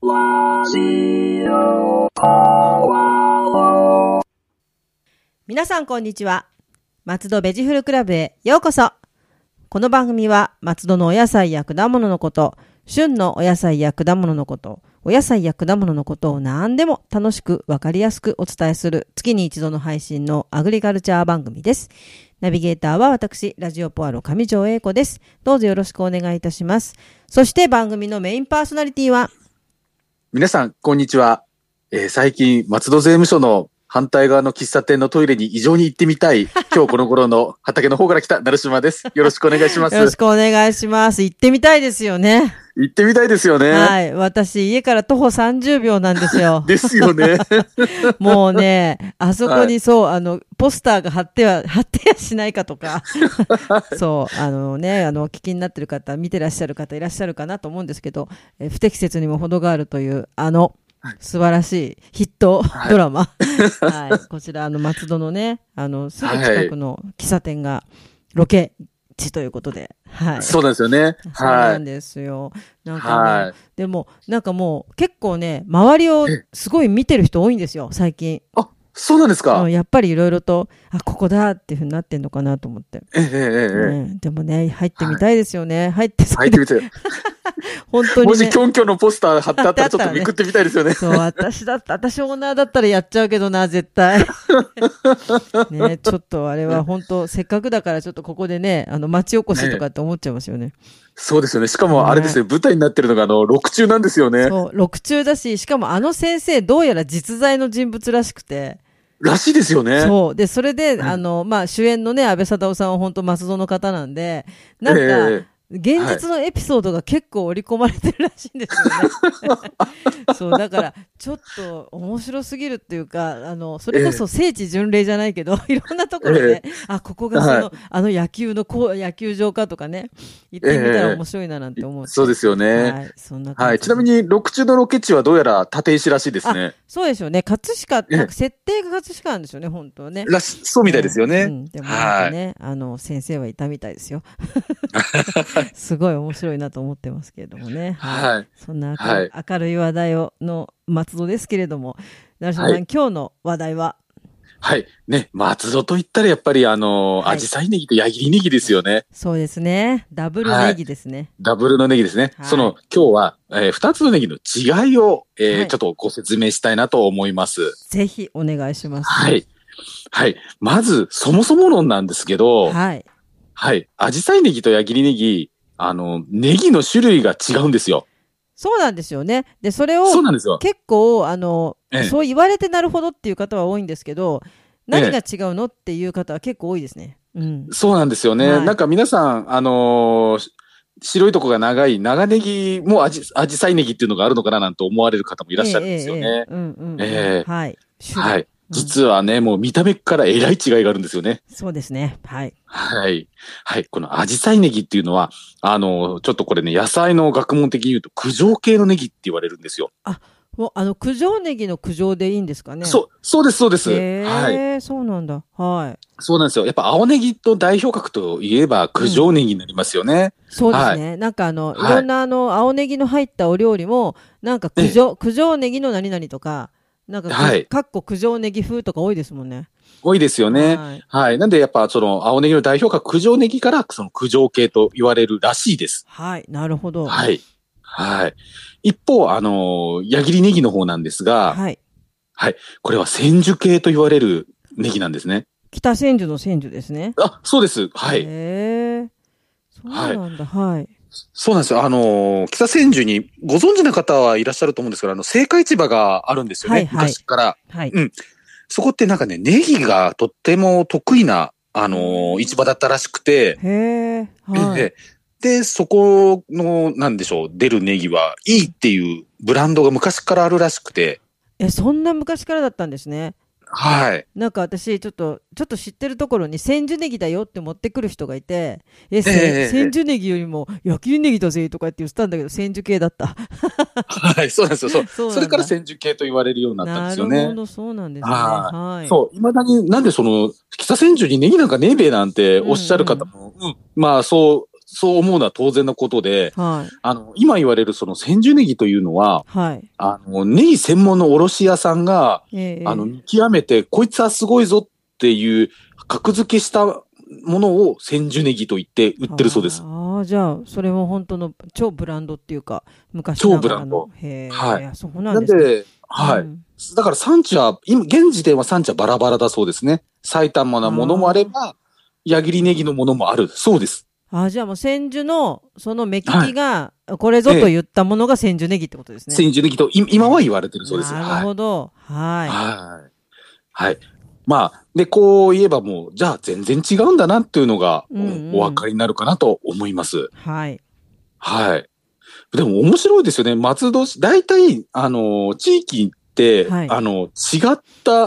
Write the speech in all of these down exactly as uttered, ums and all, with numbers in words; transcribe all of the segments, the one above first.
ラジオポアロ皆さんこんにちは。松戸ベジフルクラブへようこそ。この番組は松戸のお野菜や果物のこと、旬のお野菜や果物のこと、お野菜や果物のことを何でも楽しくわかりやすくお伝えする月に一度の配信のアグリカルチャー番組です。ナビゲーターは私、ラジオポアロ上条英子です。どうぞよろしくお願いいたします。そして番組のメインパーソナリティは皆さん、こんにちは。えー、最近、松戸税務署の反対側の喫茶店のトイレに異常に行ってみたい、今日この頃の畑の方から来た成島です。よろしくお願いします。 よろしくお願いします。行ってみたいですよね。 行ってみたいですよね。 はい。私、家から徒歩さんじゅうびょうなんですよ。 ですよね。 もうね、あそこにそう、はい、あの、ポスターが貼っては、貼ってやしないかとか、そう、あのね、あの、お聞きになってる方、見てらっしゃる方いらっしゃるかなと思うんですけど、え不適切にも程があるという、あの、素晴らしいヒットドラマ。はい。はい、こちら、あの、松戸のね、あの、すぐ近くの喫茶店がロケ地ということで。はい。 そうなんですよね。はい。 そうなんですよ。なんか、はい、でも、なんかもう、結構ね、周りをすごい見てる人多いんですよ、最近。 あ、そうなんですか。 やっぱりいろいろと、あ、ここだっていうふうになってんのかなと思って。 ええええええ。でもね、入ってみたいですよね。はい、入って、 入ってみたい。 本当に、ね。 もしキョンキョンのポスター貼ってあったらちょっとめくってみたいですよね。ねそう、私だった、私オーナーだったらやっちゃうけどな、絶対。ね、ちょっとあれは本当、せっかくだからちょっとここでね、あの、町おこしとかって思っちゃいますよね。ね、 そうですよね。しかもあれですね、舞台になってるのがあの、録中なんですよね。 そう、録中だし、しかもあの先生、どうやら実在の人物らしくて。 らしいですよね。 そう。で、それで、あの、まあ、主演のね、安倍貞夫さんは本当松戸の方なんで、なんか、えー現実のエピソードが結構織り込まれてるらしいんですよね。そう、だから、ちょっと面白すぎるっていうか、あの、それこそ聖地巡礼じゃないけど、いろんなところで、えー、あ、ここがその、はい、あの野球のこう、野球場かとかね、行ってみたら面白いななんて思って。 えー、そうですよね。 はい、そんなはい。ちなみに、録中のロケ地はどうやら立石らしいですね。 そうでしょうね。葛飾、なんか設定が葛飾なんですよね、本当はね。 らし、そうみたいですよね。うん、 でもなんかね、はい、あの、先生はいたみたいですよ。すごい面白いなと思ってますけれどもね。はい。はい、そんな明るい、はい、明るい話題をの松戸ですけれども、成島さん、はい、今日の話題ははい。ね、松戸と言ったらやっぱりあの、あじさいネギと矢切ネギですよね。 そうですね。ダブルネギですね。はい、 ダブルのネギですね。はい、その、今日は、えー、二つのネギの違いを、えーはい、ちょっとご説明したいなと思います。 ぜひお願いします。 はい。はい。まず、そもそも論なんですけど、 はい。 はい。アジサイネギと矢切ネギ、あの、ネギの種類が違うんですよ。 そうなんですよね。で、それを、 そうなんですよ。 結構、あの、ええ、そう言われてなるほどっていう方は多いんですけど、何が違うのっていう方は結構多いですね。うん。 そうなんですよね。はい、なんか皆さん、あのー、白いとこが長い長ネギもアジ、アジサイネギっていうのがあるのかななんて思われる方もいらっしゃるんですよね。 ええ。はい。 はい。実はね、もう見た目からえらい違いがあるんですよね。 そうですね。はい。 はい。はい。このアジサイネギっていうのは、あの、ちょっとこれね、野菜の学問的に言うと、九条系のネギって言われるんですよ。 あ、もう、あの、九条ネギの九条でいいんですかね。 そう、そうです、そうです。 へー、 はい。 そうなんだ。はい。 そうなんですよ。やっぱ青ネギと代表格といえば、九条ネギになりますよね。 うん、そうですね。はい、なんかあの、いろんなあの、青ネギの入ったお料理も、なんか九条、九条ネギの何々とか、なんか、はい、かっこ九条ネギ風とか多いですもんね。 多いですよね。はい。はい。なんでやっぱその青ネギの代表格九条ネギからその九条系と言われるらしいです。 はい。なるほど。 はい。はい。一方、あの、矢切ネギの方なんですが、はい。はい。これは千住系と言われるネギなんですね。 北千住の千住ですね。 あ、そうです。はい。 へえ。そうなんだ。はい。はい、 そうなんですよ。あの、北千住にご存知の方はいらっしゃると思うんですけど、あの、青果市場があるんですよね。はいはい、昔から。はい。うん。そこってなんかね、ネギがとっても得意な、あのー、市場だったらしくて。 へえ。はい。 で、で、そこの、なんでしょう、出るネギはいいっていうブランドが昔からあるらしくて。 え、そんな昔からだったんですね。 はい。 なんか私、ちょっと、ちょっと知ってるところに千住ネギだよって持ってくる人がいて、え、えー、千住ネギよりも矢切ネギだぜとかって言ってたんだけど、千住系だった。 はい、そうなんですよ。そう。そうそれから千住系と言われるようになったんですよね。 なるほど、そうなんですね。はい。 そう。未だになんでその、北千住にネギなんかねえべなんておっしゃる方も、うん、うん、まあそう、 そう思うのは当然のことで、 はい。 あの、今言われるその千住ネギというのは、 はい。 あの、ネギ専門の卸屋さんが、 ええ、 あの、見極めて、こいつはすごいぞっていう、格付けしたものを千住ネギと言って売ってるそうです。 ああ、じゃあ、それも本当の超ブランドっていうか、昔超ながらの。 ブランド。 へはい。 え、そうなんですね。 なんで、はい。 うん、 だから産地は、今、現時点は産地はバラバラだそうですね。埼玉なものもあれば、矢切ネギのものもある。そうです。 ああ、じゃあもう千住の、その目利はい。 きが、これぞええ。 と言ったものが千住ネギってことですね。 千住ネギと、い今は言われてるそうです。 なるはい。 ほど。はい。 はい。はい。まあ、で、こう言えばもう、じゃあ全然違うんだなっていうのがうんお、おうん。 分かりになるかなと思います。 はい。 はい。でも面白いですよね。松戸市、大体、あの、地域って、 はい。 あの、違った、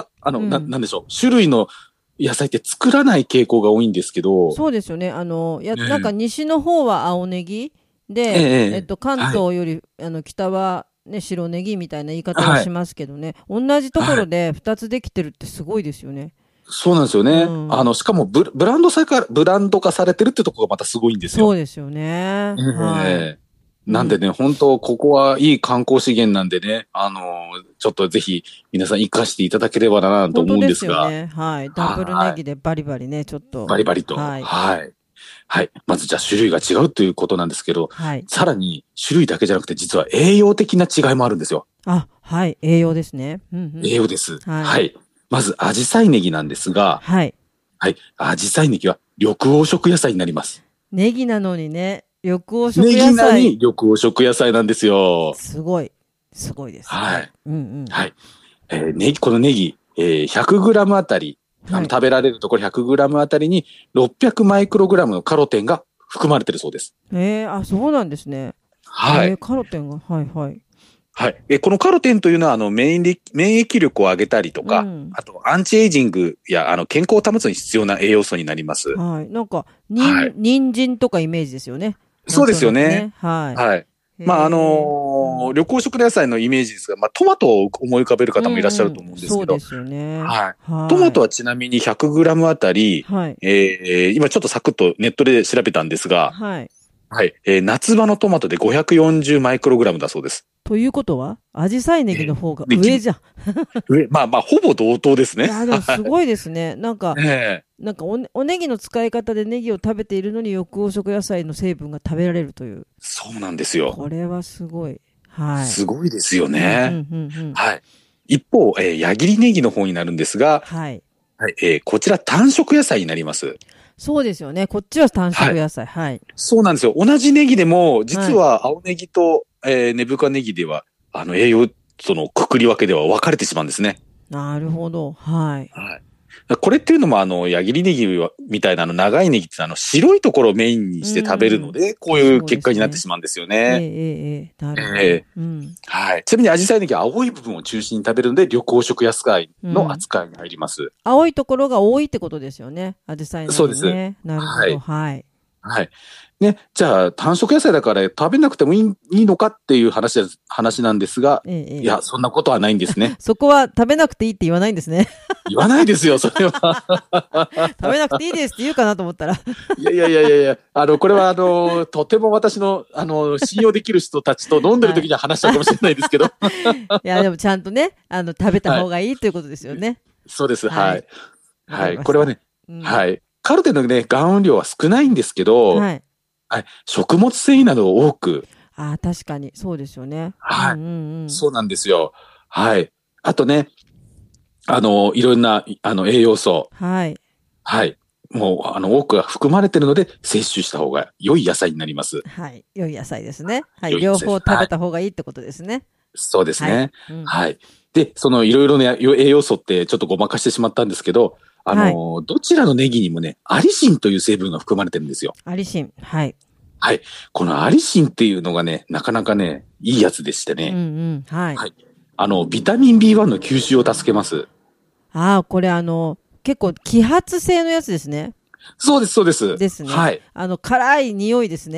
あの、な、 うん。 なんでしょう。種類の野菜って作らない傾向が多いんですけど、 そうですよね。あの、や、なんかええ、 西の方は青ネギええ、 で、えっええ、 と、関はい、 東より、あの、北は、ね、白ネギみたいな言い方ははい、 しますけどね。同じとこはい。 ろで二つできてるってすごいですよね。 そうなんですようね。あん。 の、しかもブ、ブランドさから、ブランド化されてるってところがまたすごいんですよ。 そうですよね。はい。 ええ、 うん。 なんでね、本当ここはいい観光資源なんでね、あのちょっとぜひ皆さん活かしていただければなと思うん本当でですが、 すよね。はい。ダブルネはい。 ギでバリバリね、ちょっと。 バリバリと。 はい。 はい。はい。まずじゃあ種類が違うということなんですけど、 はい。 さらに種類だけじゃなくて実は栄養的な違いもあるんですよ。 あ、はい。栄養ですね。うん栄養です。 うん。はい。 はい。まず、アジサイネギなんですが、 はい。 はい。アジサイネギは緑黄色野菜になります。 ネギなのにね、緑黄色ネギな野菜。 に緑黄色野菜なんですよ。 すごい。すごいです。はい。 はい。 うんうん。 はい。えーネギ、このネギ、えー、ひゃくグラムあたり、あの、 はい。 食べられるところひゃくグラムあたりにろっぴゃくマイクログラムのカロテンが含まれてるそうです。 えー、あ、そうなんですね。えー、 はい。 カロテンが。はいはい。 はい。え、このカロテンというのは、あの、免疫、免疫力を上げたりとか、 うん。 あと、アンチエイジングや、あの、健康を保つのに必要な栄養素になります。 はい。なんか、にん、 はい。 人参とかイメージですよね。なんそうでとすよね。 なくね。はい。 はい。まあ、あのへえ。うーん。 緑黄色野菜のイメージですが、まあ、トマトを思い浮かべるうん方もいらっしゃうん。 ると思うんですけど、 そうですよね。 はい。トマはい。 トはちなみにひゃくグラムあたり、 はい。 えー、今ちょっとサクッとネットで調べたんですが、 はい。 はい。えー、夏場のトマトでごひゃくよんじゅうマイクログラムだそうです。 ということは、アジサイネギのえー、 方がで、き上じゃん。 上、まあまあ、ほぼ同等ですね。 いや、でもすごいですね。なんか、 ええ、 なんかおね、おネギの使い方でネギを食べているのに緑黄色野菜の成分が食べられるという。 そうなんですよ。 これはすごい。はい。 すごいですようん、うん、 ね。 うん、うん。 はい。一方、えー、矢切ネギの方になるんですが、 はい。 はい、えー、こちら単色野菜になります。 そうですよね。こっちは単はい。 色野菜。はい。 そうなんですよ。同じネギでも、実はい。 は青ネギと、えー、根深ネギでは、あの、栄養、その、くくり分けでは分かれてしまうんですね。 なるほど。はい。 はい。これっていうのも、あの、矢切ネギみたいなあの長いネギってあの白いところをメインにうして食べるのん。 で、こういうそうで結果になってすね。 しまうんですよええ、 ね。 ええ、ええ。なるほど。 ええ、 うん。 はい。ちなみにアジサイネギは青い部分を中心に食べるので、緑黄色野菜のうん。 扱いに入ります。 青いところが多いってことですよね。アジサイネそうです。 ギね。なるほど。 はい。 はい。 はい。ね、じゃあ、単色野菜だから食べなくてもいい、いいのかっていう話です、話なんですが、 ええ、ええ。 いや、そんなことはないんですね。 そこは食べなくていいって言わないんですね。 言わないですよ、それは。 食べなくていいですって言うかなと思ったら。 いやいやいやいやいや、あの、これはあの、とても私の、あの、信用できる人たちと飲んでるはい。 時には話しちゃうかもしれないですけど。 いや、でもちゃんとね、あの、食べたはい。 方がいいということですよね。 そうです、はい。 はい。わかはい。 りました。 これはね、 うん。 はい。カルテのね、含有量は少ないんですけど、 はい。 はい。食物繊維などを多く、 ああ、確かに。そうですよね。うんうはい。 んうん。 そうなんですよ。はい。あとね、あの、いろんな、あの、栄養素。 はい。 はい。もう、あの、多くが含まれているので、摂取した方が良い野菜になります。 はい。良い野菜ですね。はい。 良い野菜です。 両方食はい。 べた方がいいってことですね。 そうですはい。 ね。 うん。 はい。で、そのいろいろな栄養素ってちょっとごまかしてしまったんですけど、あはい。 の、どちらのネギにもね、アリシンという成分が含まれてるんですよ。 アリシン。はい。 はい。このアリシンっていうのがね、なかなかね、いいやつでしてうんね。 うん。はい。 はい。あの、ビタミン ビーワン の吸収を助けます。 ああ、これあの、結構揮発性のやつですね。 そうです、そうです。 ですね。 はい。 あの、辛い匂いですね。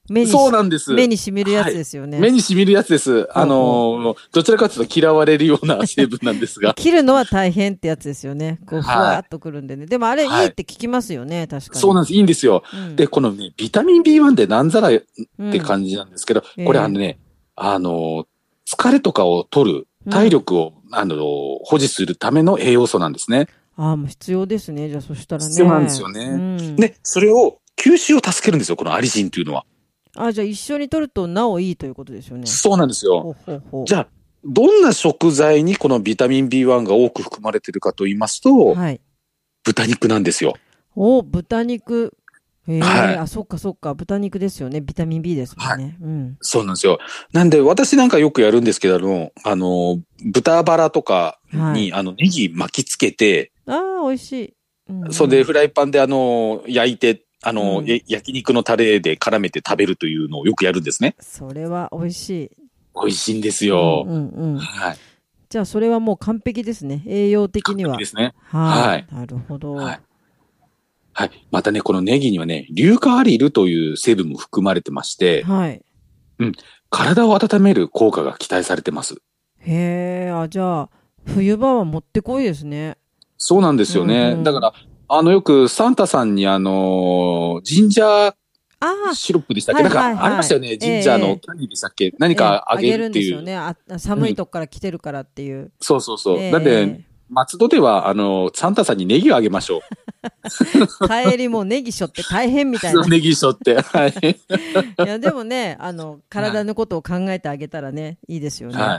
目にそうなんです。 目に染みるやつですよね。 はい、目に染みるやつです。あのー、どちらかというと嫌われるような成分なんですが。 切るのは大変ってやつですよね。こう、ふわっとくるんでね。はい、でもあれいいって聞きますよね、はい、確かに。 そうなんです。いいんですよ。うん、で、このね、ビタミン ビーワン でなんざらって感じなんですけど、うん、これあのね、えー、あのー、疲れとかを取る、体力を、うん、あのー、保持するための栄養素なんですね。 ああ、もう必要ですね。じゃあそしたらね。 必要なんですよね。うん、で、それを吸収を助けるんですよ、このアリシンというのは。 あ、じゃあ一緒に取るとなおいいということですよね。 そうなんですよ。 ほうほうほう。 じゃあ、どんな食材にこのビタミン ビーワン が多く含まれているかと言いますと、はい、豚肉なんですよ。 お、豚肉。へえ、はい、あ、そっかそっか、豚肉ですよね。ビタミン B ですもんね。はい、うん。 そうなんですよ。なんで、私なんかよくやるんですけど、あの、豚バラとかに、はい、あの、ネギ巻きつけて、 ああ、美味しい。 うんうん、それでフライパンであの、焼いて、あの、うん、焼肉のタレで絡めて食べるというのをよくやるんですね。 それは美味しい。 美味しいんですよ。 うんうんうん、 はい。 じゃあそれはもう完璧ですね。栄養的には。 完璧ですね。 はい。はい、なるほど。はい。 はい。またね、このネギにはね、硫化アリルという成分も含まれてまして、はい。うん。体を温める効果が期待されてます。 へえ、あ、じゃあ、冬場はもってこいですね。 そうなんですよね。うんうん、だから、あの、よくサンタさんにあのー、ジンジャーシロップでしたっけ、はいはいはい、なんかありましたよね。ジンジャーの何でしたっけ、えー、何かあげるっていう。 えー、あげるんですよね。あ、寒いとこから来てるからっていう。うん、 そうそうそう。えー、なんで、松戸では、あの、サンタさんにネギをあげましょう。帰りもネギしょって大変みたいな。 ネギしょって。はい。いや、でもね、あの、体のことを考えてあげたらね、いいですよね。はい。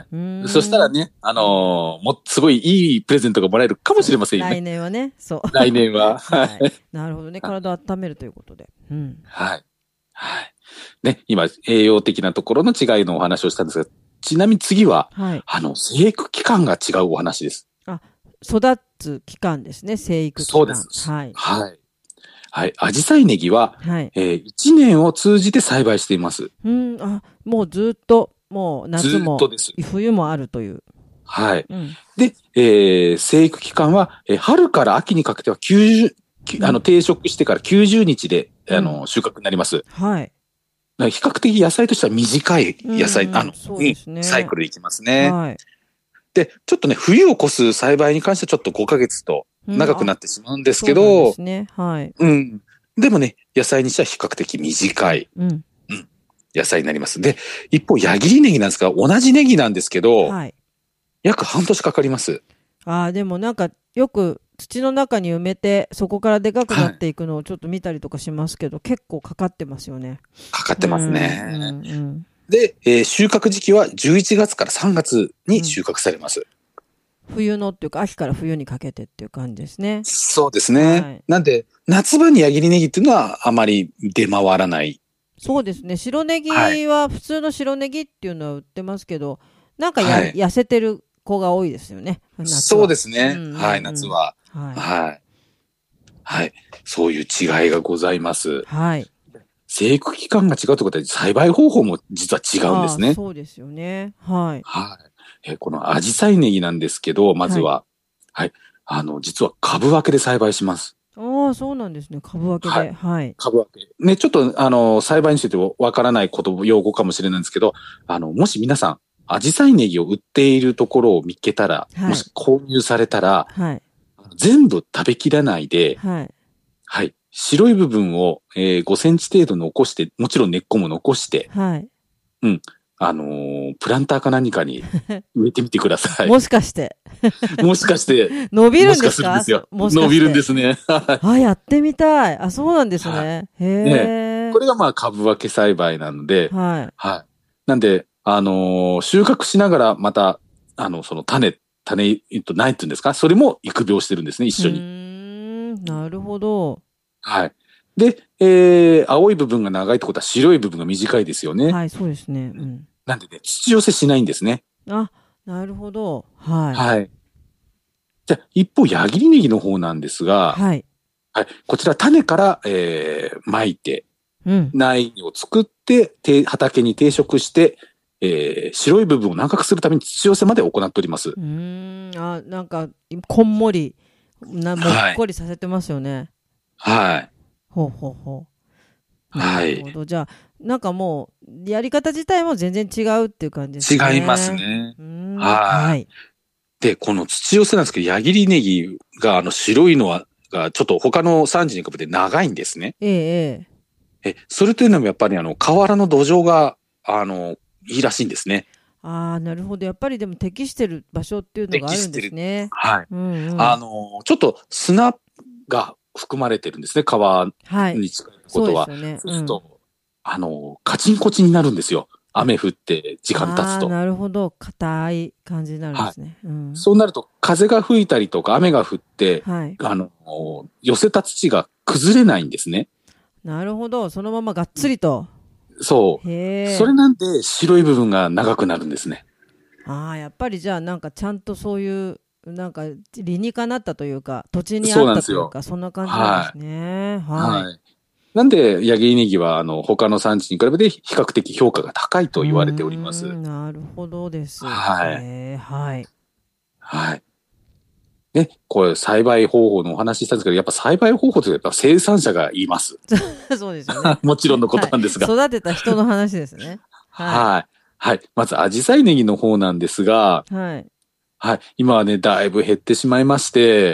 そしたらね、あのー、も、すごいいいプレゼントがもらえるかもしれませんよね。 来年はね、そう。 来年は。はい。 なるほどね。体を温めるということで。うん。 はい。はい。ね、今、栄養的なところの違いのお話をしたんですが、ちなみに次は、はい、あの、生育期間が違うお話です。 あ、育つ期間ですね、生育期間。 そうです。はい。はい。はい。アジサイネギは、はい、えー、いちねんを通じて栽培しています。 うん、あ、もうずっと、もう夏も、冬もあるという。 はい。うん、で、えー、生育期間は、えー、春から秋にかけてはきゅうじゅう、あの、定食してからきゅうじゅうにちで、うん、あの、収穫になります。 はい。 比較的野菜としては短い野菜、うん、あの、そうですね、サイクルでいきますね。はい。で、ちょっとね、冬を越す栽培に関してはちょっとごかげつと長くなってしまうんですけど、うん、そうですね。はい。うん。でもね、野菜にしては比較的短い、うん、うん、野菜になります。で、一方、矢切ネギなんですが、同じネギなんですけど、はい。約半年かかります。 ああ、でもなんか、よく土の中に埋めて、そこからでかくなっていくのをちょっと見たりとかしますけど、はい、結構かかってますよね。 かかってますね。うんうんうん、で、えー、収穫時期はじゅういちがつからさんがつに収穫されます。 うん、冬のっていうか、秋から冬にかけてっていう感じですね。 そうですね。はい、なんで、夏場に矢切ネギっていうのはあまり出回らない。 そうですね。白ネギは普通の白ネギっていうのは売ってますけど、なんかや、はい、痩せてる子が多いですよね。 そうですね。うんうんうん、はい、夏は。はい。はい。はい。そういう違いがございます。はい。生育期間が違うということで、栽培方法も実は違うんですね。 そうですよね。はい。 はい。え、このアジサイネギなんですけど、まずは、はい、はい。あの、実は株分けで栽培します。 ああ、そうなんですね。株分けで。はい。はい、 株分け。ね、ちょっと、あの、栽培についてわからないこと、用語かもしれないんですけど、あの、もし皆さん、アジサイネギを売っているところを見つけたら、はい、もし購入されたら、はい、全部食べきらないで、はい。はい。白い部分を、えー、ごセンチ程度残して、もちろん根っこも残して、はい。うん。あのー、プランターか何かに植えてみてください。 もしかして。 もしかして。 伸びるんですか？ もしかするんですよ。伸びるんですね。 あ、やってみたい。あ、そうなんですね。はい、へえ、 ね。これがまあ株分け栽培なので、はい。はい。なんで、あのー、収穫しながらまた、あの、その種、種、えっと、何て言うんですか？それも育苗してるんですね、一緒に。うーん、なるほど。 はい。で、えー、青い部分が長いってことは白い部分が短いですよね。 はい、そうですね。うん。 なんでね、土寄せしないんですね。 あ、なるほど。はい。 はい。じゃあ、一方、矢切ネギの方なんですが、はい。はい。こちら種から、えー、巻いて、うん。苗を作って、畑に定植して、えー、白い部分を長くするために土寄せまで行っております。うーん。あ、なんか、こんもり、なもっこりさせてますよね。 はい。 ほうほうほう。 はい。 なるほど。じゃあ、 なんかもう、やり方自体も全然違うっていう感じですね。 違いますね。 はい。はい。 で、この土寄せなんですけど、矢切ネギがあの白いのは、がちょっと他の産地に比べて長いんですね。 ええ。 え、それというのもやっぱりあの、河原の土壌が、あの、いいらしいんですね。 ああ、なるほど。やっぱりでも適してる場所っていうのがあるんですね。 はい。 うんうん、 あの、ちょっと砂が含まれてるんですね、川に近いことは。はい、そうですよね。そうすると、うん、あの、カチンコチンになるんですよ。雨降って時間経つと。 ああ、なるほど。硬い感じになるんですね。はい、うん、 そうなると、風が吹いたりとか雨が降って、はい、あの、寄せた土が崩れないんですね。 なるほど。そのままがっつりと。 そう。へそれなんで白い部分が長くなるんですね。 ああ、やっぱりじゃあなんかちゃんとそういう、なんか理にかなったというか、土地にあったというか、そんな感じなんですね。はい。はい。 なんで、矢切ネギは、あの、他の産地に比べて比較的評価が高いと言われております。 なるほどです。 はい。 えー、はい。 はい。ね、これ栽培方法のお話ししたんですけど、やっぱ栽培方法というとやっぱ生産者が言います。 そうですよね。 もちろんのことなんですが。 はい、育てた人の話ですね。 はい。はい。まず、アジサイネギの方なんですが、はい。はい。今はね、だいぶ減ってしまいまして。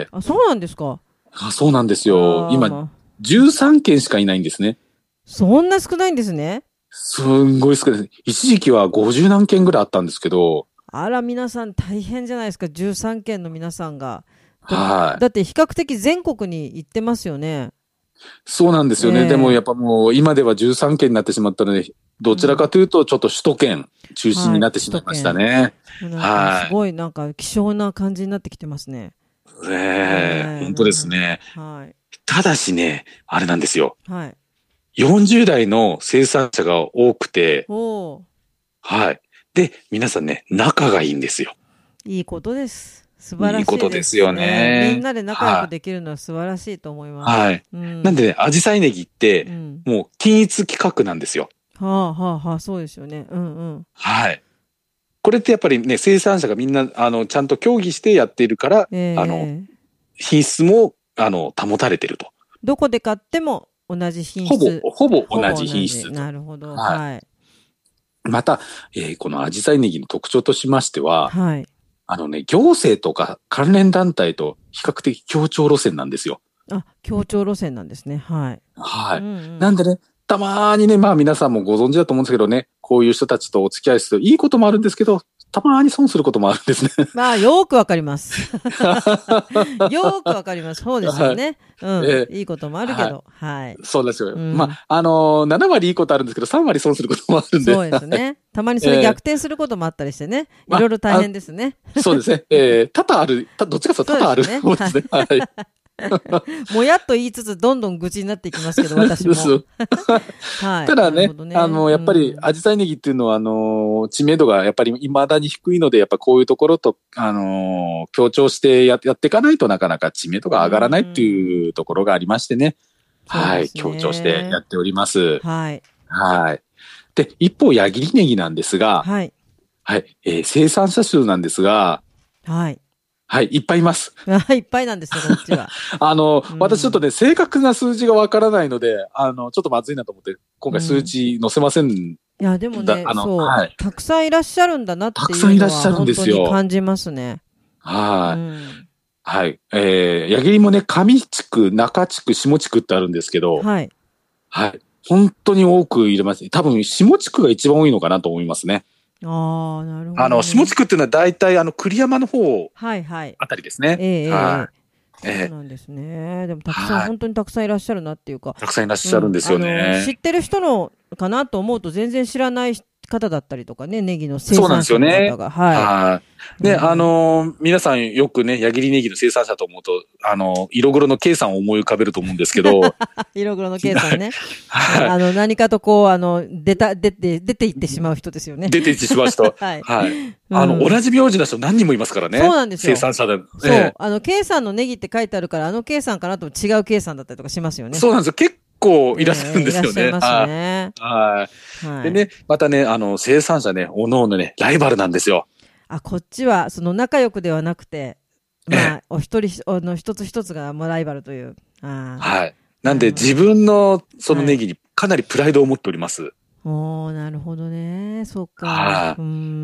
あ、そうなんですか。 あ、そうなんですよ。今、じゅうさんけんしかいないんですね。 そんな少ないんですね。 すんごい少ない。一時期はごじゅうなんけんぐらいあったんですけど。 あら、皆さん大変じゃないですか。じゅうさんけんの皆さんが。 はい。 だって比較的全国に行ってますよね。 そうなんですよね。えー、でもやっぱもう今ではじゅうさんけんになってしまったので、どちらかというとちょっと首都圏中心になってしまいましたね。 はい。すごいなんか希少な感じになってきてますね。 ええ、本当ですね。はい。ただしね、あれなんですよ。はい。よんじゅう代の生産者が多くて、はい。で、皆さんね、仲がいいんですよ。 いいことです。素晴らしいですね。いいことですよね。 みんなで仲良くできるのは素晴らしいと思います。 はい。うん、なんでね、アジサイネギって、もう均一規格なんですよ。 はあはあはあ、そうですよね。うんうん。 はい。これってやっぱりね、生産者がみんな、あの、ちゃんと協議してやっているから、えー、あの、品質も、あの、保たれてると。 どこで買っても同じ品質。 ほぼ、ほぼ同じ品質。 なるほど。はい。はい、 また、えー、このアジサイネギの特徴としましては、はい。あのね、行政とか関連団体と比較的協調路線なんですよ。 あ、協調路線なんですね。はい。 はい。うんうん、なんでね、たまーにね、まあ皆さんもご存知だと思うんですけどね、こういう人たちとお付き合いするといいこともあるんですけど、たまーに損することもあるんですね。 まあ、よーくわかります。よーくわかります。そうですよね。はい、うん、えー。いいこともあるけど。はい。はい、 そうですよ。うん、まあ、あのー、ななわりいいことあるんですけど、さんわり損することもあるんで。 そうですね。たまにそれ逆転することもあったりしてね。えー、いろいろ大変ですね。 そうですね。えー、多々ある、どっちかというと多々ある。そうですね。はい。 もやっと言いつつ、どんどん愚痴になっていきますけど、私も。 はい。ただね、ねあの、やっぱり、アジサイネギっていうのは、あの、知名度がやっぱり未だに低いので、やっぱこういうところと、あの、強調してややっていかないとなかなか知名度が上がらないっていうところがありましてね。はい。強調してやっております。はい。はい。で、一方、矢切ネギなんですが、はい。はい。えー、生産者数なんですが、はい。はい、いっぱいいます。 いっぱいなんですよ、こっちは。 あの、うん、私ちょっとね、正確な数字がわからないので、あの、ちょっとまずいなと思って、今回数値載せません。うん、いや、でもね、あのそう、はい、たくさんいらっしゃるんだなっていうのは、たくさんいらっしゃるんですよ。本当に感じますね。 はい。うん、はい。えー、矢切もね、上地区、中地区、下地区ってあるんですけど、はい。はい。本当に多く入れます。多分、下地区が一番多いのかなと思いますね。 ああ、なるほど、ね。 あの、下地区っていうのは大体、あの、栗山の方あたりですね。はいはい。ええはい。そうなんですね。でも、たくさん、本当にたくさんいらっしゃるなっていうか。 たくさんいらっしゃるんですよね。 うん、知ってる人のかなと思うと、全然知らない方だったりとかね、ネギの生産者の方が。 はい。はい。で、うん、あのー、皆さんよくね、矢切ネギの生産者と思うと、あのー、色黒の K さんを思い浮かべると思うんですけど。 色黒の K さんね。はい。あの、何かとこう、あの、出た、出て、出て行ってしまう人ですよね。 出て行ってしまう人。はい。はい。あの、うん、同じ名字の人何人もいますからね。 そうなんですよ。 生産者で。 そう。ええ、あの、K さんのネギって書いてあるから、あの K さんかなと違う K さんだったりとかしますよね。 そうなんですよ。結構いらっしゃるんですよね。 えー、いらっしゃいますね。 はい。はい。でね、またね、あの、生産者ね、おのおのね、ライバルなんですよ。 あ、こっちは、その仲良くではなくて、まあ、お一人、あの、一つ一つがもうライバルという。あはい。なんで、自分のそのネギにかなりプライドを持っております。 おー、なるほどね。そっか。 はい、 うん。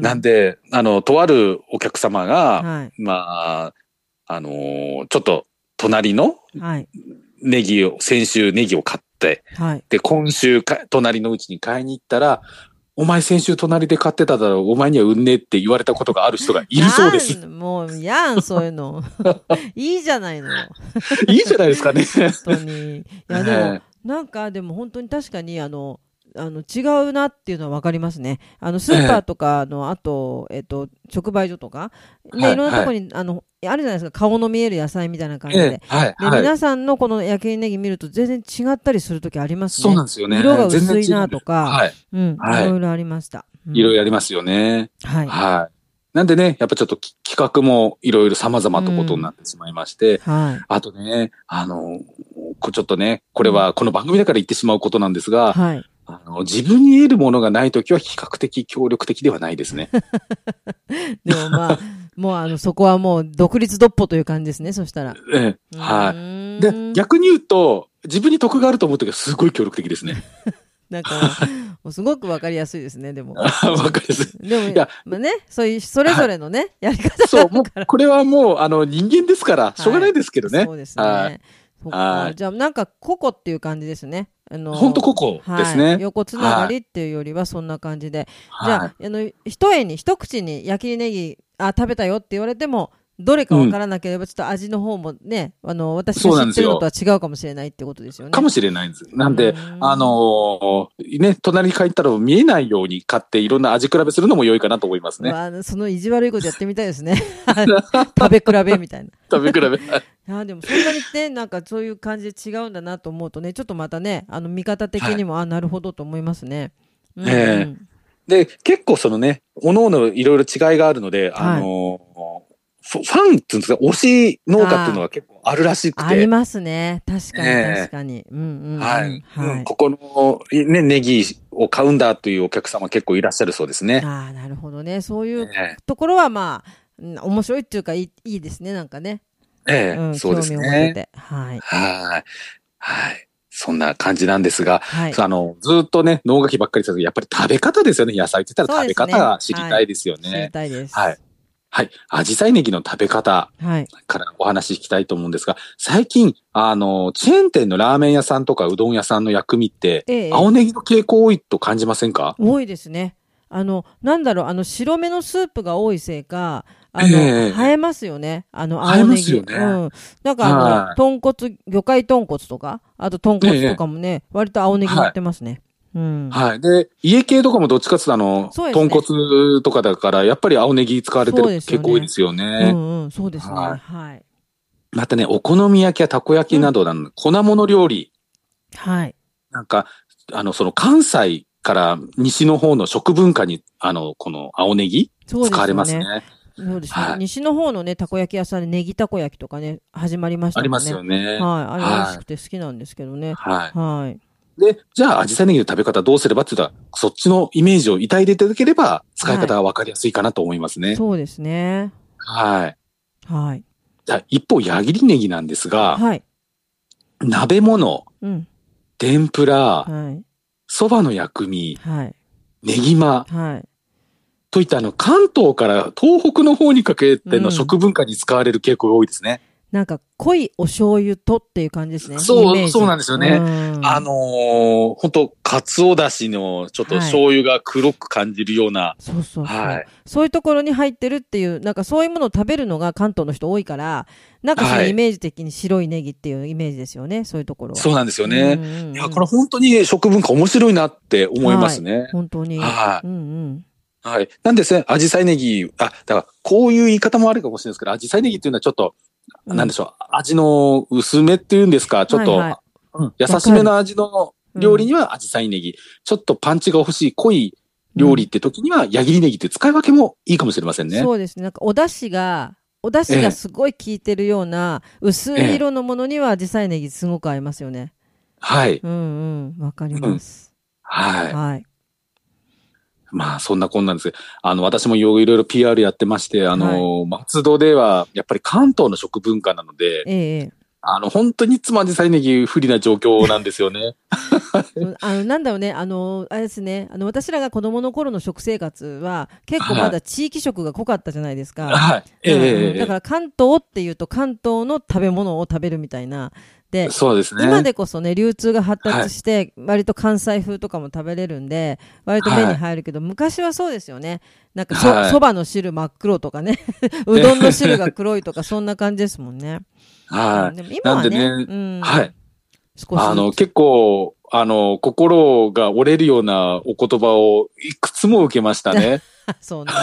なんで、あの、とあるお客様が、 はい、 まあ、あのー、ちょっと、隣のはい、 ネギを、先週ネギを買って、 はい。 で、今週か、隣のうちに買いに行ったら、お前先週隣で買ってただろう、お前には売んねえって言われたことがある人がいるそうです。 なん、もう、やん、そういうの。いいじゃないのよ。 いいじゃないですかね。 本当に。いや、でも、 えなんか、でも本当に確かに、あの、あの違うなっていうのは分かりますね。あのスえ、 ーパーえとかの、あと、えっと、直売所とか、 え、はね、いい、はい。 ろんなところに、あの、あるじゃないですか、顔の見える野菜みたいな感ええ、 じで。 はい、 で、 はい。 皆さんのこの焼きネギ見ると全然違ったりするときありますね。 そうなんですよね。 色が全然薄いな違うんです。 とか、 はい。 うん、いはい。 ろいろありました。ういろいん。 ろありますよね。 はい。 はい。なんでね、やっぱちょっとき企画もいろいろ様々とことになうん。 ってしまいまして、 はい。 あとね、あの、こちょっとね、こうん。 れはこの番組だから言ってしまうことなんですが、 はい。 あの、自分に得るものがないときは比較的協力的ではないですね。 でもまあ、もうあの、そこはもう独立独歩という感じですね、そしたら。 ええ、 うはい。で、 ーん。 逆に言うと、自分に得があると思うときはすごい協力的ですね。 なんかもう、もうすごくわかりやすいですね、でも。 わかります。いでも、 や、 まあね、そういう、それはい。 ぞれのね、やり方があそう、もう、 るから。 これはもう、あの、人間ですから、しょうがはい。 ないですけどね。 そうですはね。そっい。はか。 い。 じゃあ、なんか、個々っていう感じですね。あほんとの、 ここですはい。 ね。 横つながはい。 りっていうよりはそんな感じで。じゃはい。 あ、あの、一重に、一口に焼きネギ、あ、食べたよって言われても、どれかわかうん。 らなければ、ちょっと味の方もね、あの、私がそう知ってるのとなんですよ。 は違うかもしれないってことですよね。 かもしれないんです。 うーなんで、あん。 のーね、隣に帰ったら見えないように買っていろんな味比べするのも良いかなと思いますね。 うわ、その意地悪いことやってみたいですね。食べ比べみたいな。 食べ比べ。 いやでもそんなにね、なんかそういう感じで違うんだなと思うとね、ちょっとまたね、あの見方的はい。 にも、あ、なるほどと思いますね。うんうええん。 で、結構そのね、各々いろいろ違いがあるので、あはい。 のーファファンっていうんですか、推し農家っていうのあが結構あるらしくあ、ありて、 ますね。確かに確ええかに。うんうんうん。 はい。うん、 はい。 ここの、ね、ネギを買うんだというお客様結構いらっしゃるそうですね。 ああ、なるほどね。そういうええところはまあ、うん面白いっていうかいい、いいですね。なんかね。 ええ、 うん、 そうで興味を持てすね。 て。はい。 はい。はい。そんな感じなんですが、 はい。 あの、ずっとね、脳書きばっかりしたけど、やっぱり食べ方ですよね。野菜って言ったそうら食べ方ですね。 が知りはい。 たいですよ知りね。 たいではい。 す。 はい。アジサイネギの食べ方はい。 からお話ししたいと思うんですが、最近、あの、チェーン店のラーメン屋さんとかうどん屋さんの薬味って、 ええ、ええ青ネギの傾向多いと感じませんか？ 多いですね。あの、なんだろう、あの、白めのスープが多いせいか、 えあの、映え、 えますよね。あの、 映えま青ネギ。 すよね。 うん。なんかあの、 は豚骨、魚介豚骨とか、あと豚い。え骨とえ、 かもね、割と青ネギ乗っはい。 てますね。うん。 はい。で、家系とかもどっちかっていうとあの、豚そうですね。 骨とかだから、やっぱり青ネギ使われてるそうです傾よね。 向多いですよね。 うんうん、そうですね。 はい。 はい。 またね、お好み焼きやたこ焼きうん。 などの粉物料理、 はい。 なんか、あの、その関西から西の方の食文化に、あの、この青ネギそうで使われすよね。 ますね。 そうですね。 はい。 西の方のね、たこ焼き屋さんでネギたこ焼きとかね、始まりましありますたもんね。 よね。 はい。あれ美味しはい。 くて好きなんですけどね。 はい。 はい。 で、じゃあ、アジサイネギの食べ方どうすればって言ったら、そっちのイメージを抱いていただければ、使いはい。 方がわかりやすいかなと思いますね。 そうですね。 はい。 はい。 じゃあ、一方、矢切ネギなんですが、 はい。 鍋物、 うん。 天ぷら、 はい。 蕎麦の薬味、 はい。 ネギマはい。 といったあの、関東から東北の方にかけうん。 ての食文化に使われる傾向が多いですね。 なんか、濃いお醤油とっていう感じですね。イそう、 メージ。 そうなんですようね。あん。 のー、本当カツオだしのちょっとはい。 醤油が黒く感じるような、 そうそうそう。 はい。 そういうところに入ってるっていう、なんかそういうものを食べるのが関東の人多いから、なんかそのはい。 イメージ的に白いネギっていうイメージですよね。そういうところは。 そうなんですようんうんね。いや、これうん。 本当に食文化面白いなって思いまはい。 すね。 本当に。 はうんうん。 い。はい。なんですね、アジサイネギ、あ、だからこういう言い方もあるかもしれないですけど、アジサイネギっていうのはちょっと、 うん。 なんでしょう、味の薄めっていうんですか、ちょっと、 はいはい。 うん、優わかる。 しめの味の料理うん。 にはアジサイネギ、ちょっとパンチが欲しい濃いうん。 料理って時には矢切ネギって使い分けもいいかもしれませんね。 そうですね。なんかお出汁が、お出ええ、 汁がすごい効いてるような薄ええ、 い色のものには紫陽花ネギすごく合いますよね。 はい。 うんうん。わかりうん、 ます。 はい。 はい。 まあ、そんなこんなんですけど、あの、私もいろいろ ピーアール やってまして、あはい。 の、松戸では、やっぱり関東の食文化なので、 ええ。 あの、本当にいつもアジサイネギ不利な状況なんですよね。 あの、なんだろうね、あの、あれですね、あの、私らが子供の頃の食生活は、結構まだ地域食が濃かったじゃないですか。 はい。ええうん、だから関東っていうと関東の食べ物を食べるみたいな。で、 そうですね。 今でこそね、流通が発達して、割と関西風とかも食べれるんで、割と目に入るけど、はい、昔はそうですよね。なんかそ、はい、そばの汁真っ黒とかね、うどんの汁が黒いとか、そんな感じですもんね。 はい、うん。でも今はね、なんでね、うん、はい。 少しあの、結構、あの、心が折れるようなお言葉をいくつも受けましたね。 そんな。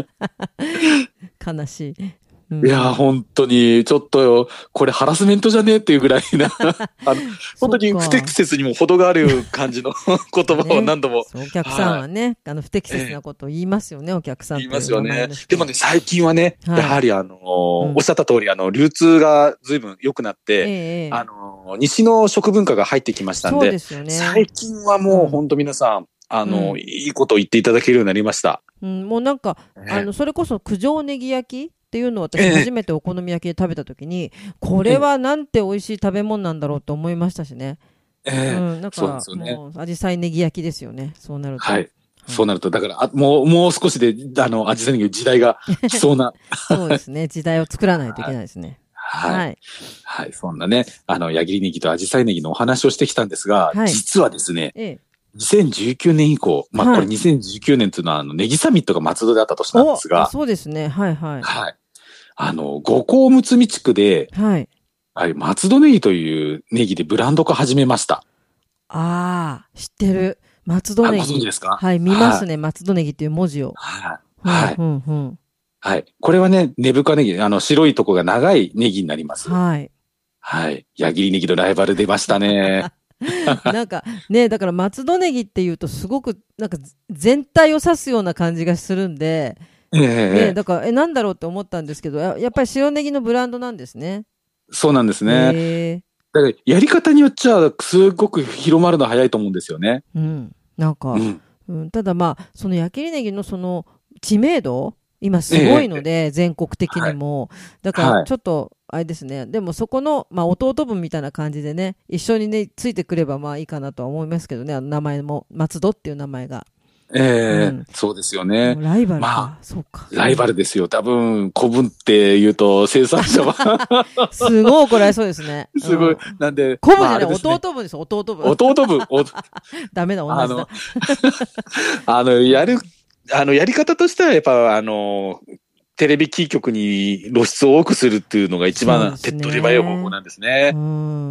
悲しい。うん、 いや、本当に、ちょっと、これハラスメントじゃねえっていうぐらいな、あの、本当に不適切にも程がある感じの言葉を何度も。 ね、お客さんはね、はい、あの、不適切なことを言いますよね、えー、お客さんって。 言いますよね。でもね、最近はね、はい、やはりあの、うん、おっしゃった通り、あの、流通が随分良くなって、えー、あの、西の食文化が入ってきましたんで、そうですよね、最近はもう本当皆さん、うん、あの、うん、いいことを言っていただけるようになりました。 うん、もうなんか、えー、あの、それこそ九条ネギ焼きっていうのを私初めてお好み焼きで食べたときに、えー、これはなんて美味しい食べ物なんだろうと思いましたしね。 えー、 うん、なんか、もう、アジサイネギ焼きですよね。そうなると。 はい。はい、そうなると、だから、あもう、もう少しで、あの、アジサイネギの時代が来そうな。 そうですね。時代を作らないといけないですね。 はい。はい。はい、そんなね、あの、矢切ネギとアジサイネギのお話をしてきたんですが、はい、実はですね、ええ、にせんじゅうきゅうねん以降、まあ、これにせんじゅうきゅうねんっていうのは、あの、ネギサミットが松戸であった年なんですが、 そうですね。はいはい。 はい。あの、五甲むつみ地区で、はい。はい、松戸ネギというネギでブランド化始めました。 ああ、知ってる。松戸ネギ。 ご存知ですか？ はい、見ますね、はい、松戸ネギっていう文字を。 はい。はい。うんうん、はい。これはね、根深ネギ、あの、白いとこが長いネギになります。はい。はい。矢切ネギのライバル出ましたね。 なんかね、だから松戸ネギっていうとすごくなんか全体を指すような感じがするんで、えーね、だからえなんだろうって思ったんですけど、や、やっぱり白ネギのブランドなんですね。 そうなんですね。えー、だからやり方によっちゃすごく広まるの早いと思うんですよね。 うん、なんか、うんうん、ただまあその矢切ネギのその知名度今すごいので、えー、全国的にも、はい、だからちょっとあれですね、はい、でもそこの、まあ、弟分みたいな感じでね一緒にねついてくればまあいいかなとは思いますけどね、あの名前も松戸っていう名前が。 ええーうん、そうですよね。 ライバルか、 まあ、 そうか。 ライバルですよ。多分、古文って言うと生産者はすごい怒られそうですね。 すごい。うん、なんで。 古文じゃない、まあね、弟分です、弟分。 弟分。 ダメだ、同じだ。 あの、あの、やる、あの、やり方としては、やっぱ、あの、テレビキー局に露出を多くするっていうのが一番手っ取り早い方法なんですね。うん。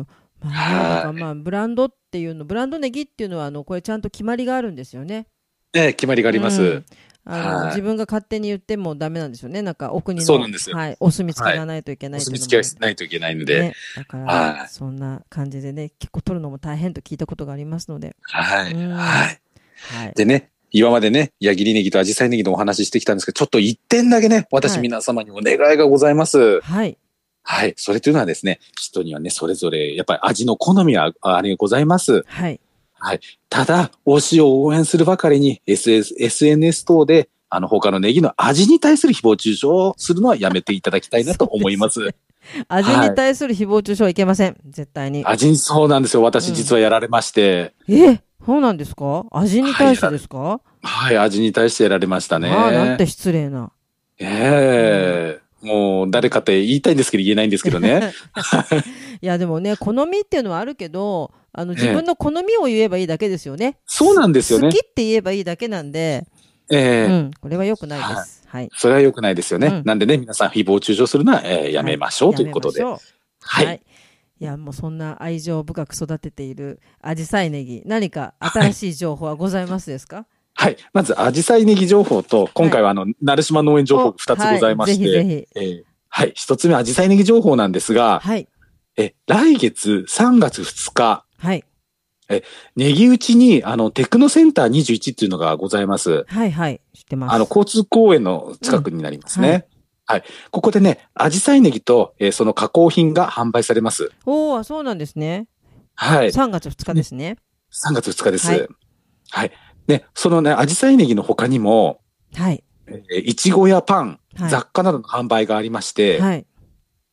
まあ、だからまあ、ブランドっていうの、ブランドネギっていうのは、あの、これちゃんと決まりがあるんですよね。 ええ、決まりがあります。うん、 あの自分が勝手に言ってもダメなんですよね。なんか奥にの、 そうなんですよ。 はい、お墨付きがないといけない、はい、 お墨付きがないといけないので。ね、 だから、はい、そんな感じでね、結構取るのも大変と聞いたことがありますので。 はい。はい。はい。でね、今までね、矢切ネギとアジサイネギのお話ししてきたんですけど、ちょっと一点だけね、私皆様にお願いがございます。はい。はい。それというのはですね、人にはね、それぞれ、やっぱり味の好みはあれございます。はい。はい。ただ、推しを応援するばかりに エスエヌエス 等で、あの、他のネギの味に対する誹謗中傷をするのはやめていただきたいなと思います。 味に対する誹謗中傷はいけません。絶対に。 味に、そうなんですよ。私実はやられまして。 うん、えそうなんですか？味に対してですか？ はい、はい、味に対してやられましたね。 ああ、なんて失礼な。 ええーうん、もう誰かって言いたいんですけど言えないんですけどね。 いやでもね、好みっていうのはあるけど、あの自分の好みを言えばいいだけですよね。 そうなんですよね。 好きって言えばいいだけなんで。ええー、うん。これは良くないです。はい。はい、 それは良くないですよね。うん、なんでね、皆さん誹謗中傷するのは、えー、やめましょう、はい、ということで。はい。 はい。いや、もうそんな愛情深く育てているアジサイネギ、何か新しい情報はございますですか？ はい。まず、アジサイネギ情報と、今回はあの、成島農園情報ふたつございまして、はい、ぜひぜひ。えー、はい。ひとつめ、アジサイネギ情報なんですが、はい。え、来月さんがつふつか、はい。え、ネギ打ちに、あの、テクノセンターにじゅういちっていうのがございます。 はいはい。知ってます。 あの、交通公園の近くになりますね。うん、はい。はい。ここでね、アジサイネギと、えー、その加工品が販売されます。 おー、そうなんですね。 はい。 さんがつふつかですね。 さんがつふつかです。はい。はい。ね、そのね、アジサイネギの他にも、はい。えー、いちごやパン、はい、雑貨などの販売がありまして、はい。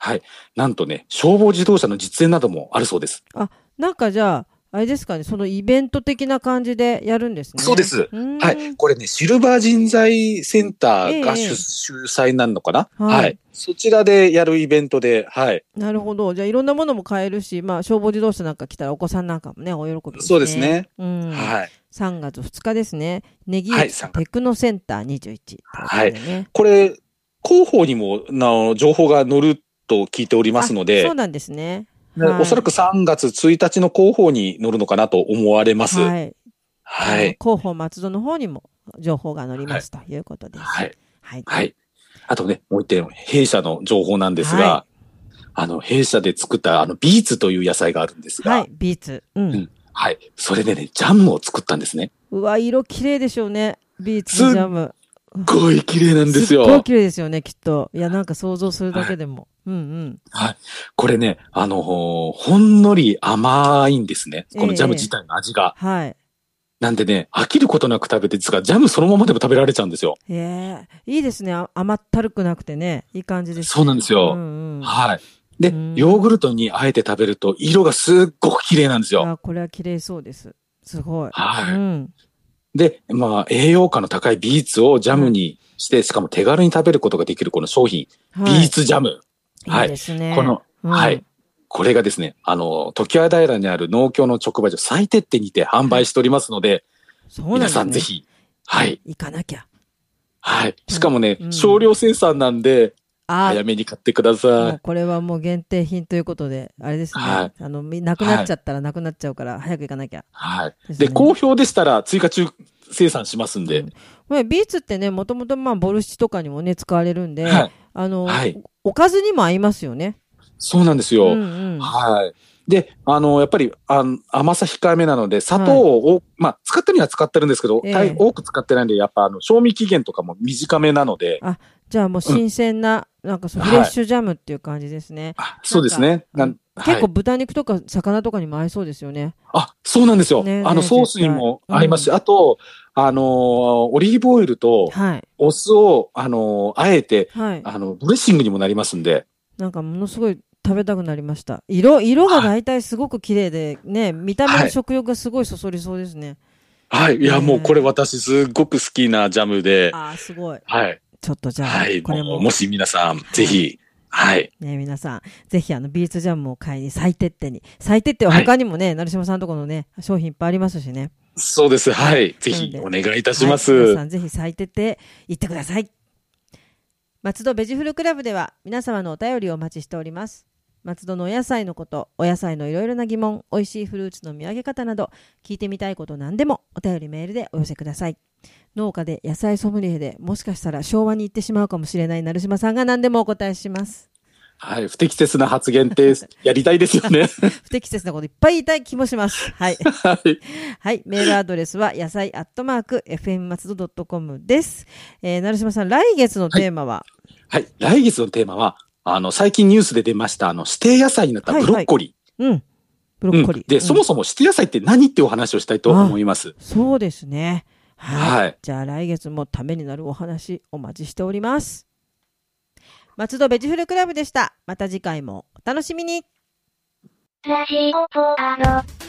はい。なんとね、消防自動車の実演などもあるそうです。 あ、なんかじゃあ、あれですかね、そのイベント的な感じでやるんですね。 そうです。はい。これね、シルバー人材センターが主、ええ、主催なのかな、はい、はい。そちらでやるイベントで、はい。 なるほど。じゃあいろんなものも買えるし、まあ消防自動車なんか来たらお子さんなんかもね、お喜びですね。 そうですね。 うん。 はい。 さんがつふつかですね。ネギ駅テクノセンターにじゅういち、ね。 はい。これ、広報にもな情報が載ると聞いておりますので。 そうなんですね。 はい、おそらくさんがつついたちの広報に載るのかなと思われます。はい。 はい。広報松戸の方にも情報が載りますということです。 はい。はい。はい。あとね、もう一点、弊社の情報なんですが、はい、あの、弊社で作ったあの、ビーツという野菜があるんですが。 はい、ビーツ。うん。うん、 はい。それでね、ジャムを作ったんですね。 うわ、色綺麗でしょうね。ビーツのジャム。 すっごい綺麗なんですよ。 すっごい綺麗ですよね、きっと。いや、なんか想像するだけでも。はい、うんうん。 はい。これね、あのー、ほんのり甘いんですね。このジャム自体の味が。えー、はい。なんでね、飽きることなく食べて、ですが、ジャムそのままでも食べられちゃうんですよ。 へえ、いいですね。甘ったるくなくてね。いい感じです、ね。 そうなんですよ。うんうん、はい。で、ヨーグルトにあえて食べると、色がすっごく綺麗なんですよ。 あ、これは綺麗そうです。すごい。 はい。うん、で、まあ、栄養価の高いビーツをジャムにして、はい、しかも手軽に食べることができるこの商品、はい、ビーツジャム。 はい。いいですね。 この、うん、はい。これがですね、あの、常盤平にある農協の直売所、最徹底にて販売しておりますので、はい、皆さんぜひ、はい。 行かなきゃ。 はい。しかもね、うん、少量生産なんで、早めに買ってください。 もうこれはもう限定品ということで、あれですね。はい、あの、なくなっちゃったらなくなっちゃうから、早く行かなきゃ。 はい。で、ね、好評でしたら追加中生産しますんで。 うん、ビーツってね、もともとまあ、ボルシチとかにもね、使われるんで、はい、あの、はい、おかずにも合いますよね。 そうなんですよ。うんうん、はい。で、あの、やっぱり、あ甘さ控えめなので、砂糖を、はい、まあ、使ってるには使ってるんですけど、えー、多く使ってないんで、やっぱ、あの、賞味期限とかも短めなので。 あ、じゃあもう新鮮な、うん、なんかフレッシュジャムっていう感じですね。 はい、そうですね。 なん結構豚肉とか魚とかにも合いそうですよね。 あ、そうなんですよ。ね、あの、ソースにも合いますし、うん、あと、あのー、オリーブオイルと、お酢を、あのー、あえて、はい、あの、ドレッシングにもなりますんで。 なんかものすごい食べたくなりました。色、色が大体すごく綺麗で、ね、見た目の食欲がすごいそそりそうですね。 はい。いや、もうこれ私すごく好きなジャムで。 ああ、すごい。 はい。 ちょっとじゃあ、 はい、これも。もし皆さん、ぜひ、はい。 ね、皆さん、ぜひあの、ビーツジャムを買いに、最徹底に。最徹底は他にもね、成島さんとこのね、商品いっぱいありますしね。 そうです。はい。ぜひ、お願いいたします。 皆さん、ぜひ最徹底、行ってください。松戸ベジフルクラブでは、皆様のお便りをお待ちしております。松戸のお野菜のこと、お野菜のいろいろな疑問、美味しいフルーツの見分け方など、聞いてみたいこと何でもお便りメールでお寄せください。農家で野菜ソムリエで、もしかしたら昭和に行ってしまうかもしれない成島さんが何でもお答えします。 はい、不適切な発言ってやりたいですよね。 不適切なこといっぱい言いたい気もします。はい。はい。はい。メールアドレスは野菜アットマーク エフエム 松戸 ドットコム です。えー、成島さん、来月のテーマは、 はい、はい。来月のテーマは、あの、最近ニュースで出ました、あの、指定野菜になったブロッコリー。はいはい、うん。 ブロッコリー。 うん、で、うん、そもそも指定野菜って何っていうお話をしたいと思います。 そうですね。はい。はい、じゃあ来月もためになるお話お待ちしております。松戸ベジフルクラブでした。また次回もお楽しみに。 ラジオポアロ。